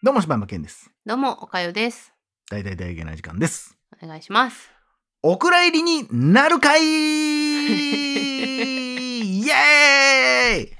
どうも柴山健です。 どうもおかよです。 大々大げない時間です。 お願いします。 お蔵入りになるかいイエーイ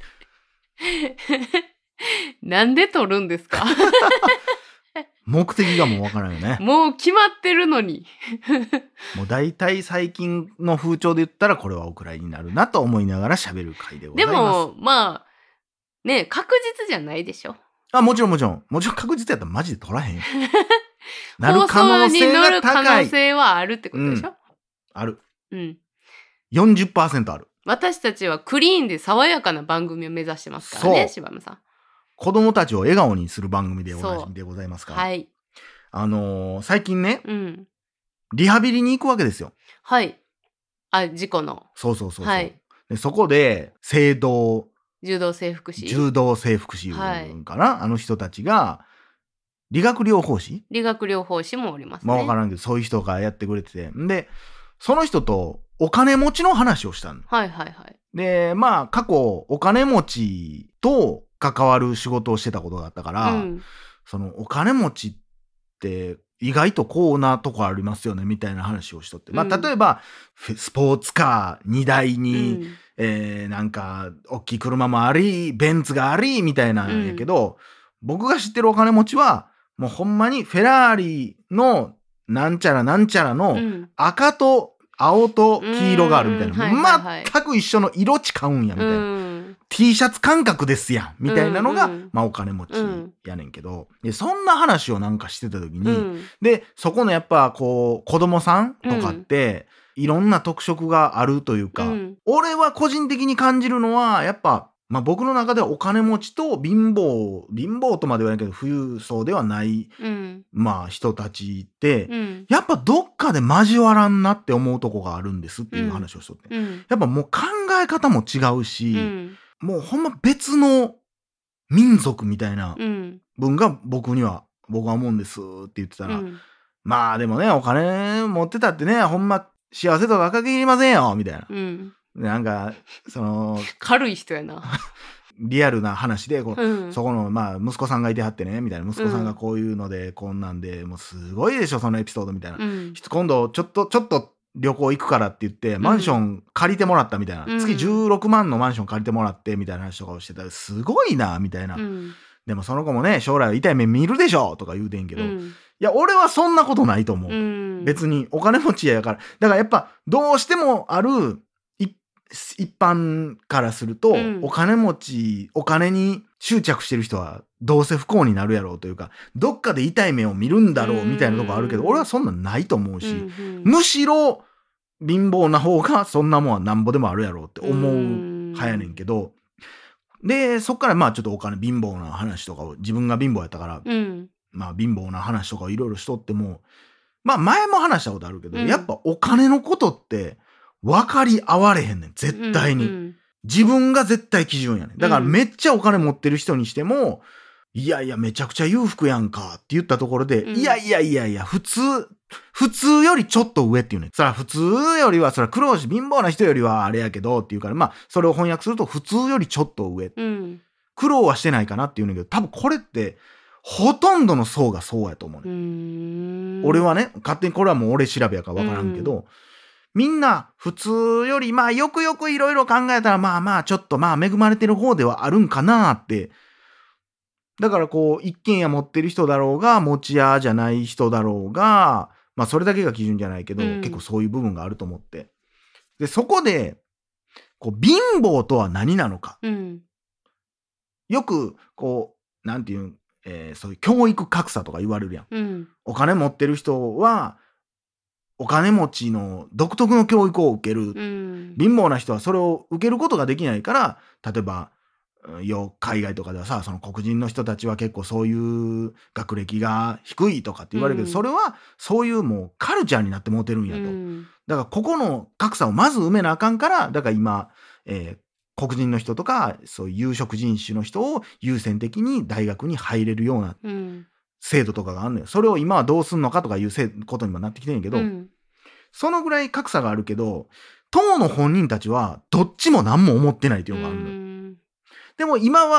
なんで撮るんですか？ 目的がもうわからんよね。 もう決まってるのに。 もう大体最近の風潮で言ったらこれはお蔵入りになるなと思いながら喋る回でございでます。 もまあね、確実じゃないでしょ。 もちろん確実やったらマジで取らへんよ。なる放可能送に性が乗る可高い。 能性はあるってことでしょ。 ある。 うん。 40% ある。 私たちはクリーンで爽やかな番組を目指してますからね、柴山さん。 子供たちを笑顔にする番組でおなじみでございますから。 はい。 最近ね、 うん。 リハビリに行くわけですよ。 はい。事故の。 そう。 はい。 でそこで柔道整復師かな、あの人たちが理学療法士もおりますね。 分からんけどそういう人がやってくれてて、でその人とお金持ちの話をしたの。 はい。 で過去お金持ちと関わる仕事をしてたことがあったから、そのお金持ちって意外とこうなとこありますよねみたいな話をしとって、例えばスポーツカー2台に、なんか大きい車もありベンツがありみたいなんやけど、僕が知ってるお金持ちはもうほんまにフェラーリのなんちゃらなんちゃらの赤と青と黄色があるみたいな、全く一緒の色違うんやみたいな、T シャツ感覚ですやんみたいなのが、お金持ちやねんけど、でそんな話をなんかしてた時に、でそこのやっぱこう子供さんとかって、いろんな特色があるというか、俺は個人的に感じるのはやっぱ僕の中ではお金持ちと貧乏とまではないけど富裕層ではない、人たちって、やっぱどっかで交わらんなって思うとこがあるんですっていう話をしとって、やっぱもう考え方も違うし、もうほんま別の民族みたいな分が僕は思うんですって言ってたら、でもねお金持ってたってねほんま幸せとは限りませんよみたいな、なんかその軽い人やな。 リアルな話でそこの息子さんがいてはってねみたいな、息子さんがこういうのでこんなんでもうすごいでしょそのエピソードみたいな、今度ちょっと旅行行くからって言ってマンション借りてもらったみたいな、月16万のマンション借りてもらってみたいな話とかをしてたらすごいなみたいな、でもその子もね将来は痛い目見るでしょとか言うてんけど、いや俺はそんなことないと思う、別にお金持ちやから。だからやっぱどうしてもある一般からすると、お金に執着してる人はどうせ不幸になるやろうというか、どっかで痛い目を見るんだろうみたいなとこあるけど、俺はそんなんないと思うし、むしろ貧乏な方がそんなもんはなんぼでもあるやろうって思う派やねんけど、でそっからちょっと貧乏な話とかを、自分が貧乏やったから、貧乏な話とかをいろいろしとっても、前も話したことあるけど、やっぱお金のことって分かり合われへんねん絶対に、自分が絶対基準やねん。だからめっちゃお金持ってる人にしても、いやいやめちゃくちゃ裕福やんかって言ったところで、いや普通よりちょっと上っていうね。そら普通よりはそら苦労し貧乏な人よりはあれやけどっていうから、それを翻訳すると普通よりちょっと上、苦労はしてないかなっていうんだけど、多分これってほとんどの層がそうやと思うね。俺はね勝手にこれはもう俺調べやから分からんけど、みんな普通よりよくよくいろいろ考えたらちょっと恵まれてる方ではあるんかなって。だから一軒家持ってる人だろうが持ち家じゃない人だろうが、それだけが基準じゃないけど、結構そういう部分があると思って、でそこで貧乏とは何なのか、よくなんていう、そういう教育格差とか言われるやん、お金持ってる人はお金持ちの独特の教育を受ける、貧乏な人はそれを受けることができないから、例えば海外とかではさ、その黒人の人たちは結構そういう学歴が低いとかって言われるけど、それはそういうもうカルチャーになってもうてるんやと、だからここの格差をまず埋めなあかんから、だから今、黒人の人とかそういう有色人種の人を優先的に大学に入れるような制度とかがあるのよ。それを今はどうすんのかとかいうことにもなってきてるんやけど、そのぐらい格差があるけど、当の本人たちはどっちも何も思ってないっていうのがあるのよ。でも今は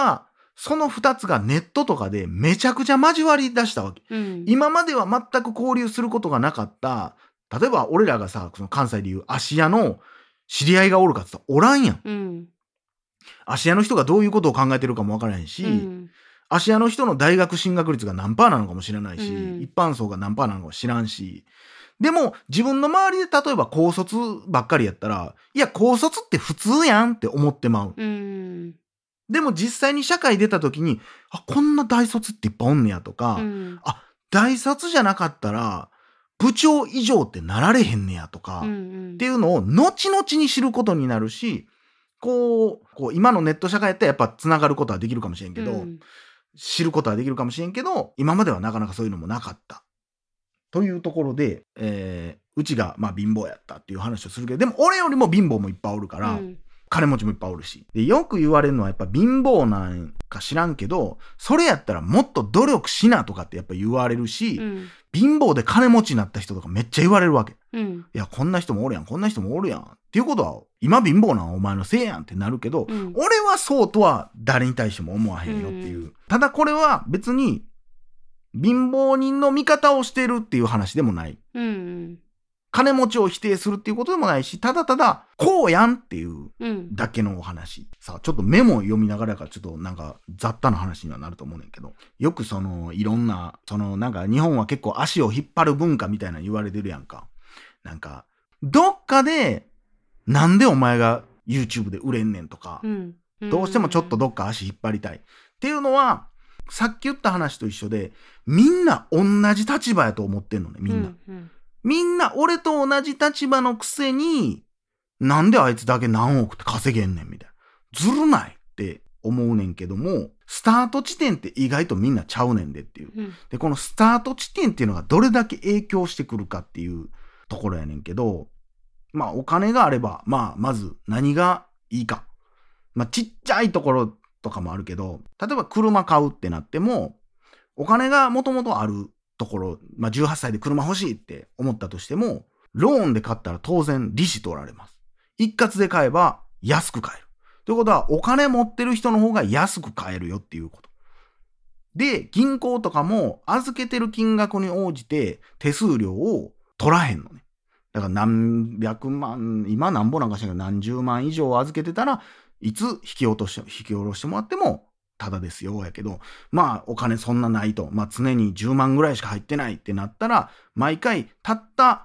その2つがネットとかでめちゃくちゃ交わり出したわけ。今までは全く交流することがなかった、例えば俺らがさ、その関西でいう芦屋の知り合いがおるかって言ったらおらんやん。芦屋の人がどういうことを考えてるかもわからへんし、芦屋の人の大学進学率が何パーなのかもしれないし、一般層が何パーなのかも知らんし、でも自分の周りで例えば高卒ばっかりやったら、いや高卒って普通やんって思ってまう。でも実際に社会出た時に、あ、こんな大卒っていっぱいおんねやとか、あ、大卒じゃなかったら部長以上ってなられへんねやとか、っていうのを後々に知ることになるし、こう今のネット社会やったらやっぱつながることはできるかもしれんけど、知ることはできるかもしれんけど、今まではなかなかそういうのもなかったというところで、うちがまあ貧乏やったっていう話をするけど、でも俺よりも貧乏もいっぱいおるから、金持ちもいっぱいおるし。で、よく言われるのはやっぱ貧乏なんか知らんけど、それやったらもっと努力しなとかってやっぱ言われるし、貧乏で金持ちになった人とかめっちゃ言われるわけ。いや、こんな人もおるやん、こんな人もおるやん。っていうことは、今貧乏なんはお前のせいやんってなるけど、俺はそうとは誰に対しても思わへんよっていう。ただこれは別に、貧乏人の味方をしてるっていう話でもない。金持ちを否定するっていうことでもないし、ただただこうやんっていうだけのお話。さあ、ちょっとメモを読みながらからちょっとなんか雑多な話にはなると思うねんけど、よくそのいろんな、そのなんか日本は結構足を引っ張る文化みたいな言われてるやんか。なんか、どっかでなんでお前が YouTube で売れんねんとか、どうしてもちょっとどっか足引っ張りたいっていうのは、さっき言った話と一緒で、みんな同じ立場やと思ってんのね、みんな。みんな俺と同じ立場のくせに、なんであいつだけ何億って稼げんねんみたいな。ずるないって思うねんけども、スタート地点って意外とみんなちゃうねんでっていう。で、このスタート地点っていうのがどれだけ影響してくるかっていうところやねんけど、まあお金があれば、まあまず何がいいか。まあちっちゃいところとかもあるけど、例えば車買うってなっても、お金がもともとあるところ、まあ、18歳で車欲しいって思ったとしても、ローンで買ったら当然利子取られます。一括で買えば安く買える。ということは、お金持ってる人の方が安く買えるよっていうこと。で、銀行とかも預けてる金額に応じて手数料を取らへんのね。だから何百万、今なんぼなんかしらんけど何十万以上預けてたらいつ引き下ろしてもらってもただですよやけど、まあお金そんなないと、まあ常に10万ぐらいしか入ってないってなったら、毎回たった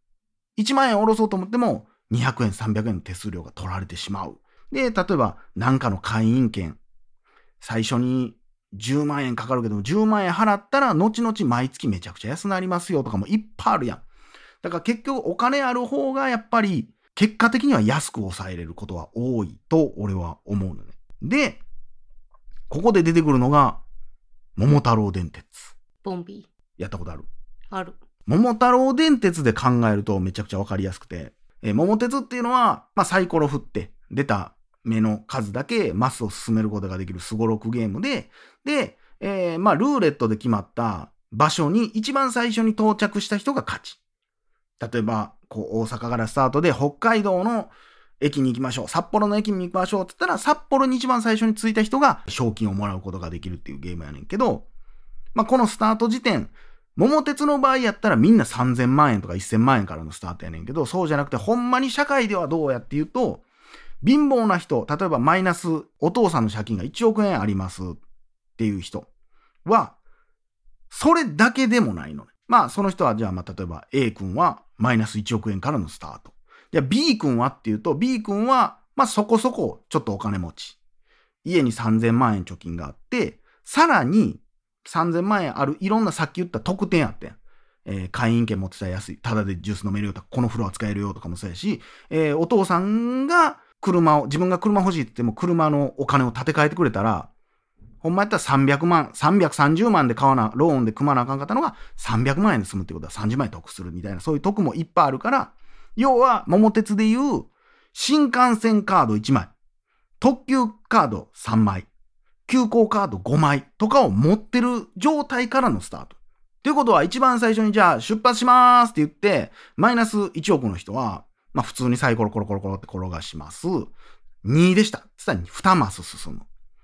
1万円下ろそうと思っても200円300円の手数料が取られてしまう。で、例えば何かの会員権、最初に10万円かかるけども10万円払ったら後々毎月めちゃくちゃ安くなりますよとかもいっぱいあるやん。だから結局お金ある方がやっぱり結果的には安く抑えれることは多いと俺は思うのね。で、ここで出てくるのが桃太郎電鉄。 ボンビー。やったことある？ ある。 桃太郎電鉄で考えるとめちゃくちゃわかりやすくて、桃鉄っていうのは、まあ、サイコロ振って出た目の数だけマスを進めることができるスゴロクゲームで、まあ、ルーレットで決まった場所に一番最初に到着した人が勝ち。例えば、こう大阪からスタートで北海道の駅に行きましょう。札幌の駅に行きましょうって言ったら、札幌に一番最初に着いた人が賞金をもらうことができるっていうゲームやねんけど、まあ、このスタート時点、桃鉄の場合やったらみんな3000万円とか1000万円からのスタートやねんけど、そうじゃなくてほんまに社会ではどうやって言うと、貧乏な人、例えばマイナスお父さんの借金が1億円ありますっていう人は、それだけでもないのね。まあその人はじゃあ例えば A 君はマイナス1億円からのスタート。じゃあ B 君はっていうと B 君はまあそこそこちょっとお金持ち。家に3000万円貯金があって、さらに3000万円あるいろんなさっき言った特典あってん。会員権持ってたら安い。ただでジュース飲めるよとか、この風呂は使えるよとかもそうやし、お父さんが自分が車欲しいって言っても車のお金を立て替えてくれたら、ほんまやったら300万、330万でローンで組まなあかんかったのが300万円で済むってことは30万円得するみたいな、そういう得もいっぱいあるから、要は桃鉄でいう新幹線カード1枚、特急カード3枚、急行カード5枚とかを持ってる状態からのスタート。ということは一番最初にじゃあ出発しますって言って、マイナス1億の人は、まあ普通にサイコロコロコロコロって転がします。2でした。つったら2マス進む。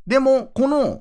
でも、この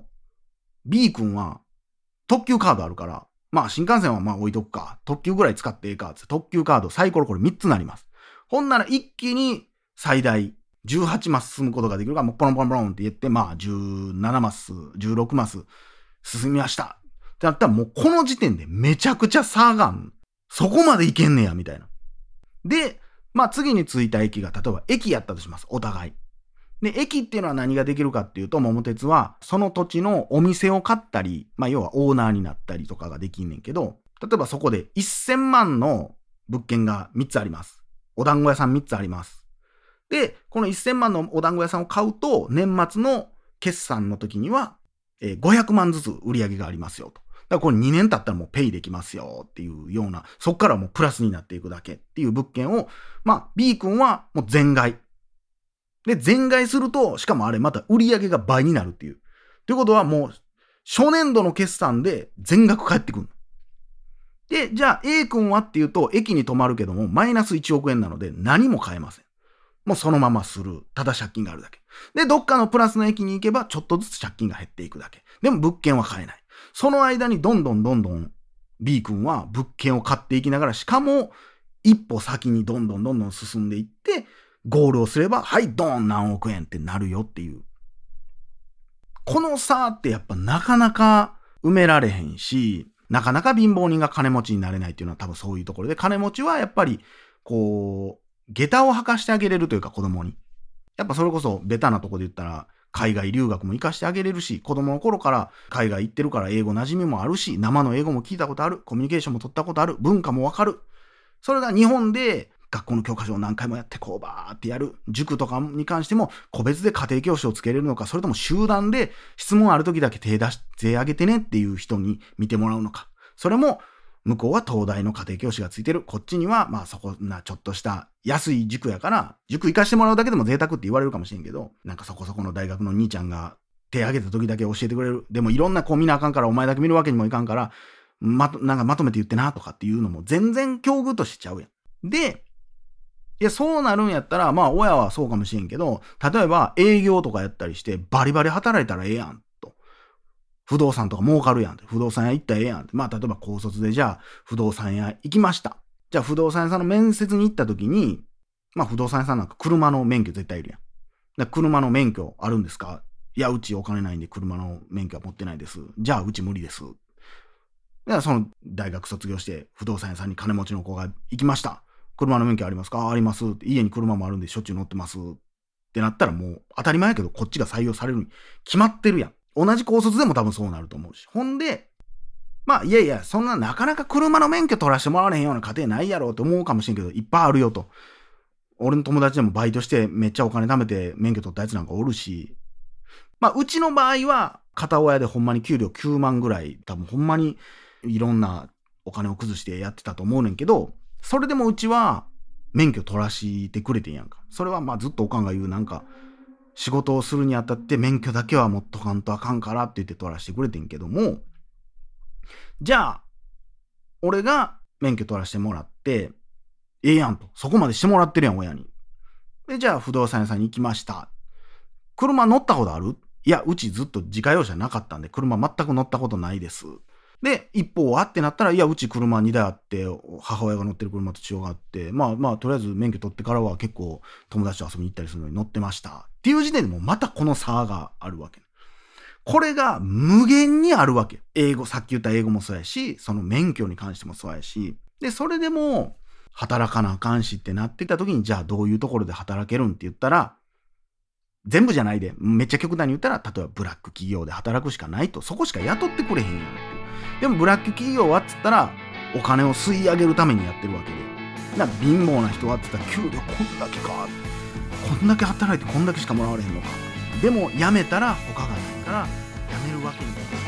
B 君は特急カードあるから、まあ新幹線はまあ置いとくか。特急ぐらい使ってええか。特急カードサイコロこれ3つなります。ほんなら一気に最大18マス進むことができるから、もうポロンポロンポロンって言って、まあ17マス、16マス進みました。ってなったらもうこの時点でめちゃくちゃ差があん。そこまでいけんねや、みたいな。で、まあ次に着いた駅が、例えば駅やったとします。お互い。で、駅っていうのは何ができるかっていうと、桃鉄はその土地のお店を買ったり、まあ要はオーナーになったりとかができんねんけど、例えばそこで1000万の物件が3つあります。お団子屋さん3つあります。で、この1000万のお団子屋さんを買うと、年末の決算の時には、500万ずつ売り上げがありますよと。だからこれ2年経ったらもうペイできますよっていうような、そっからもうプラスになっていくだけっていう物件を、まあ B 君はもう全買い。で、全買いすると、しかもあれまた売り上げが倍になるっていう。ということはもう、初年度の決算で全額返ってくる。で、じゃあ A 君はっていうと、駅に止まるけども、マイナス1億円なので何も買えません。もうそのままする。ただ借金があるだけ。で、どっかのプラスの駅に行けば、ちょっとずつ借金が減っていくだけ。でも物件は買えない。その間にどんどん B 君は物件を買っていきながら、しかも一歩先にどんどん進んでいって、ゴールをすれば、はい、ドーン何億円ってなるよっていう。この差ってやっぱなかなか埋められへんし、なかなか貧乏人が金持ちになれないっていうのは多分そういうところで、金持ちはやっぱり、こう、下駄を履かしてあげれるというか子供に。やっぱそれこそベタなとこで言ったら、海外留学も行かしてあげれるし、子供の頃から海外行ってるから英語馴染みもあるし、生の英語も聞いたことある、コミュニケーションも取ったことある、文化もわかる。それが日本で学校の教科書を何回もやってこうバーってやる。塾とかに関しても個別で家庭教師をつけれるのか、それとも集団で質問ある時だけ手挙げてねっていう人に見てもらうのか。それも向こうは東大の家庭教師がついてる。こっちにはまあそこなちょっとした安い塾やから、塾行かしてもらうだけでも贅沢って言われるかもしれんけど、なんかそこそこの大学の兄ちゃんが手挙げた時だけ教えてくれる。でもいろんな子見なあかんからお前だけ見るわけにもいかんから、なんかまとめて言ってなとかっていうのも全然境遇としちゃうやん。で、いや、そうなるんやったら、まあ親はそうかもしれんけど、例えば営業とかやったりしてバリバリ働いたらええやん。不動産とか儲かるやん。不動産屋行ったらええやん。まあ、例えば高卒でじゃあ不動産屋行きました。じゃあ不動産屋さんの面接に行った時に、まあ不動産屋さんなんか車の免許絶対いるやん。だから車の免許あるんですか？いや、うちお金ないんで車の免許は持ってないです。じゃあうち無理です。だからその大学卒業して不動産屋さんに金持ちの子が行きました。車の免許ありますか？あります。家に車もあるんでしょっちゅう乗ってます。ってなったらもう当たり前やけどこっちが採用されるに決まってるやん。同じ高卒でも多分そうなると思うし。ほんで、まあ、いやいや、そんななかなか車の免許取らせてもらわれへんような家庭ないやろうと思うかもしれんけど、いっぱいあるよと。俺の友達でもバイトしてめっちゃお金貯めて免許取ったやつなんかおるし。まあ、うちの場合は、片親でほんまに給料9万ぐらい、多分ほんまにいろんなお金を崩してやってたと思うねんけど、それでもうちは免許取らしてくれてんやんか。それはまあずっとおかんが言うなんか、仕事をするにあたって免許だけは持っとかんとあかんからって言って取らせてくれてんけども、じゃあ、俺が免許取らせてもらって、ええやんと。そこまでしてもらってるやん、親に。で、じゃあ不動産屋さんに行きました。車乗ったことある？いや、うちずっと自家用車なかったんで、車全く乗ったことないです。で、一方はってなったら、いや、うち車2台あって、母親が乗ってる車と違があって、まあ、とりあえず免許取ってからは結構友達と遊びに行ったりするのに乗ってました。っていう時点でもまたこの差があるわけ。これが無限にあるわけ。英語、さっき言った英語もそうやし、その免許に関してもそうやし、で、それでも働かなあかんしってなってきた時に、じゃあどういうところで働けるんって言ったら、全部じゃないで、めっちゃ極端に言ったら、例えばブラック企業で働くしかないと、そこしか雇ってくれへんやんっていう。でもブラック企業はっつったら、お金を吸い上げるためにやってるわけで。貧乏な人はっつったら、給料こんだけか。こんだけ働いてこんだけしかもらわれへんのか。でも辞めたら他がないから辞めるわけにもいかない。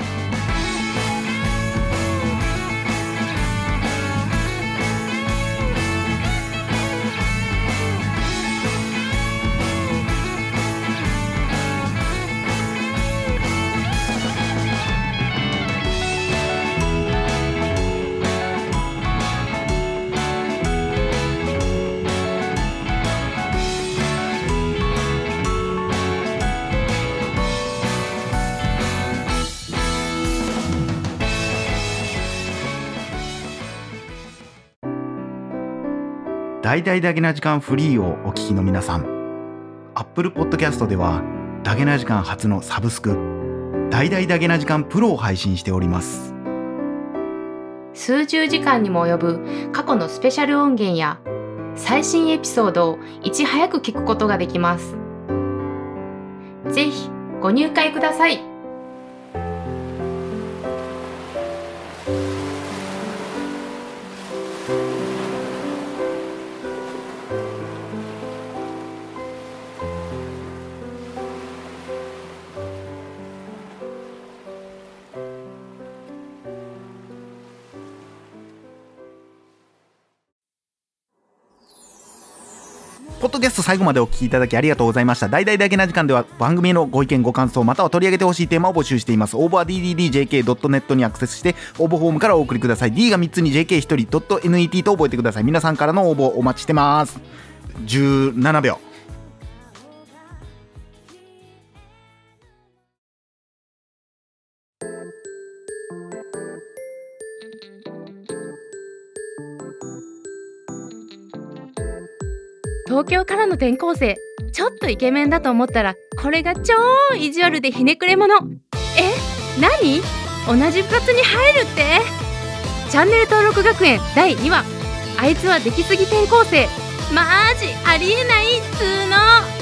大々だけな時間フリーをお聞きの皆さん、Apple Podcast ではだけな時間初のサブスク、大々だけな時間プロを配信しております。 数十時間にも及ぶ過去のスペシャル音源や最新エピソードをいち早く聞くことができます。ぜひご入会ください。 ポッドキャスト最後までお聞きいただきありがとうございました。大々だけな時間では番組へのご意見ご感想または取り上げてほしいテーマを募集しています。応募は dddjk.net にアクセスして応募フォームからお送りください。 D が3つに JK1 人 .net と覚えてください。皆さんからの応募お待ちしてます。17秒。 東京からの転校生、ちょっとイケメンだと思ったらこれが超意地悪でひねくれ者。何？同じ部活に入るって？チャンネル登録学園第2話、あいつは出来すぎ転校生、マジありえないっつーの。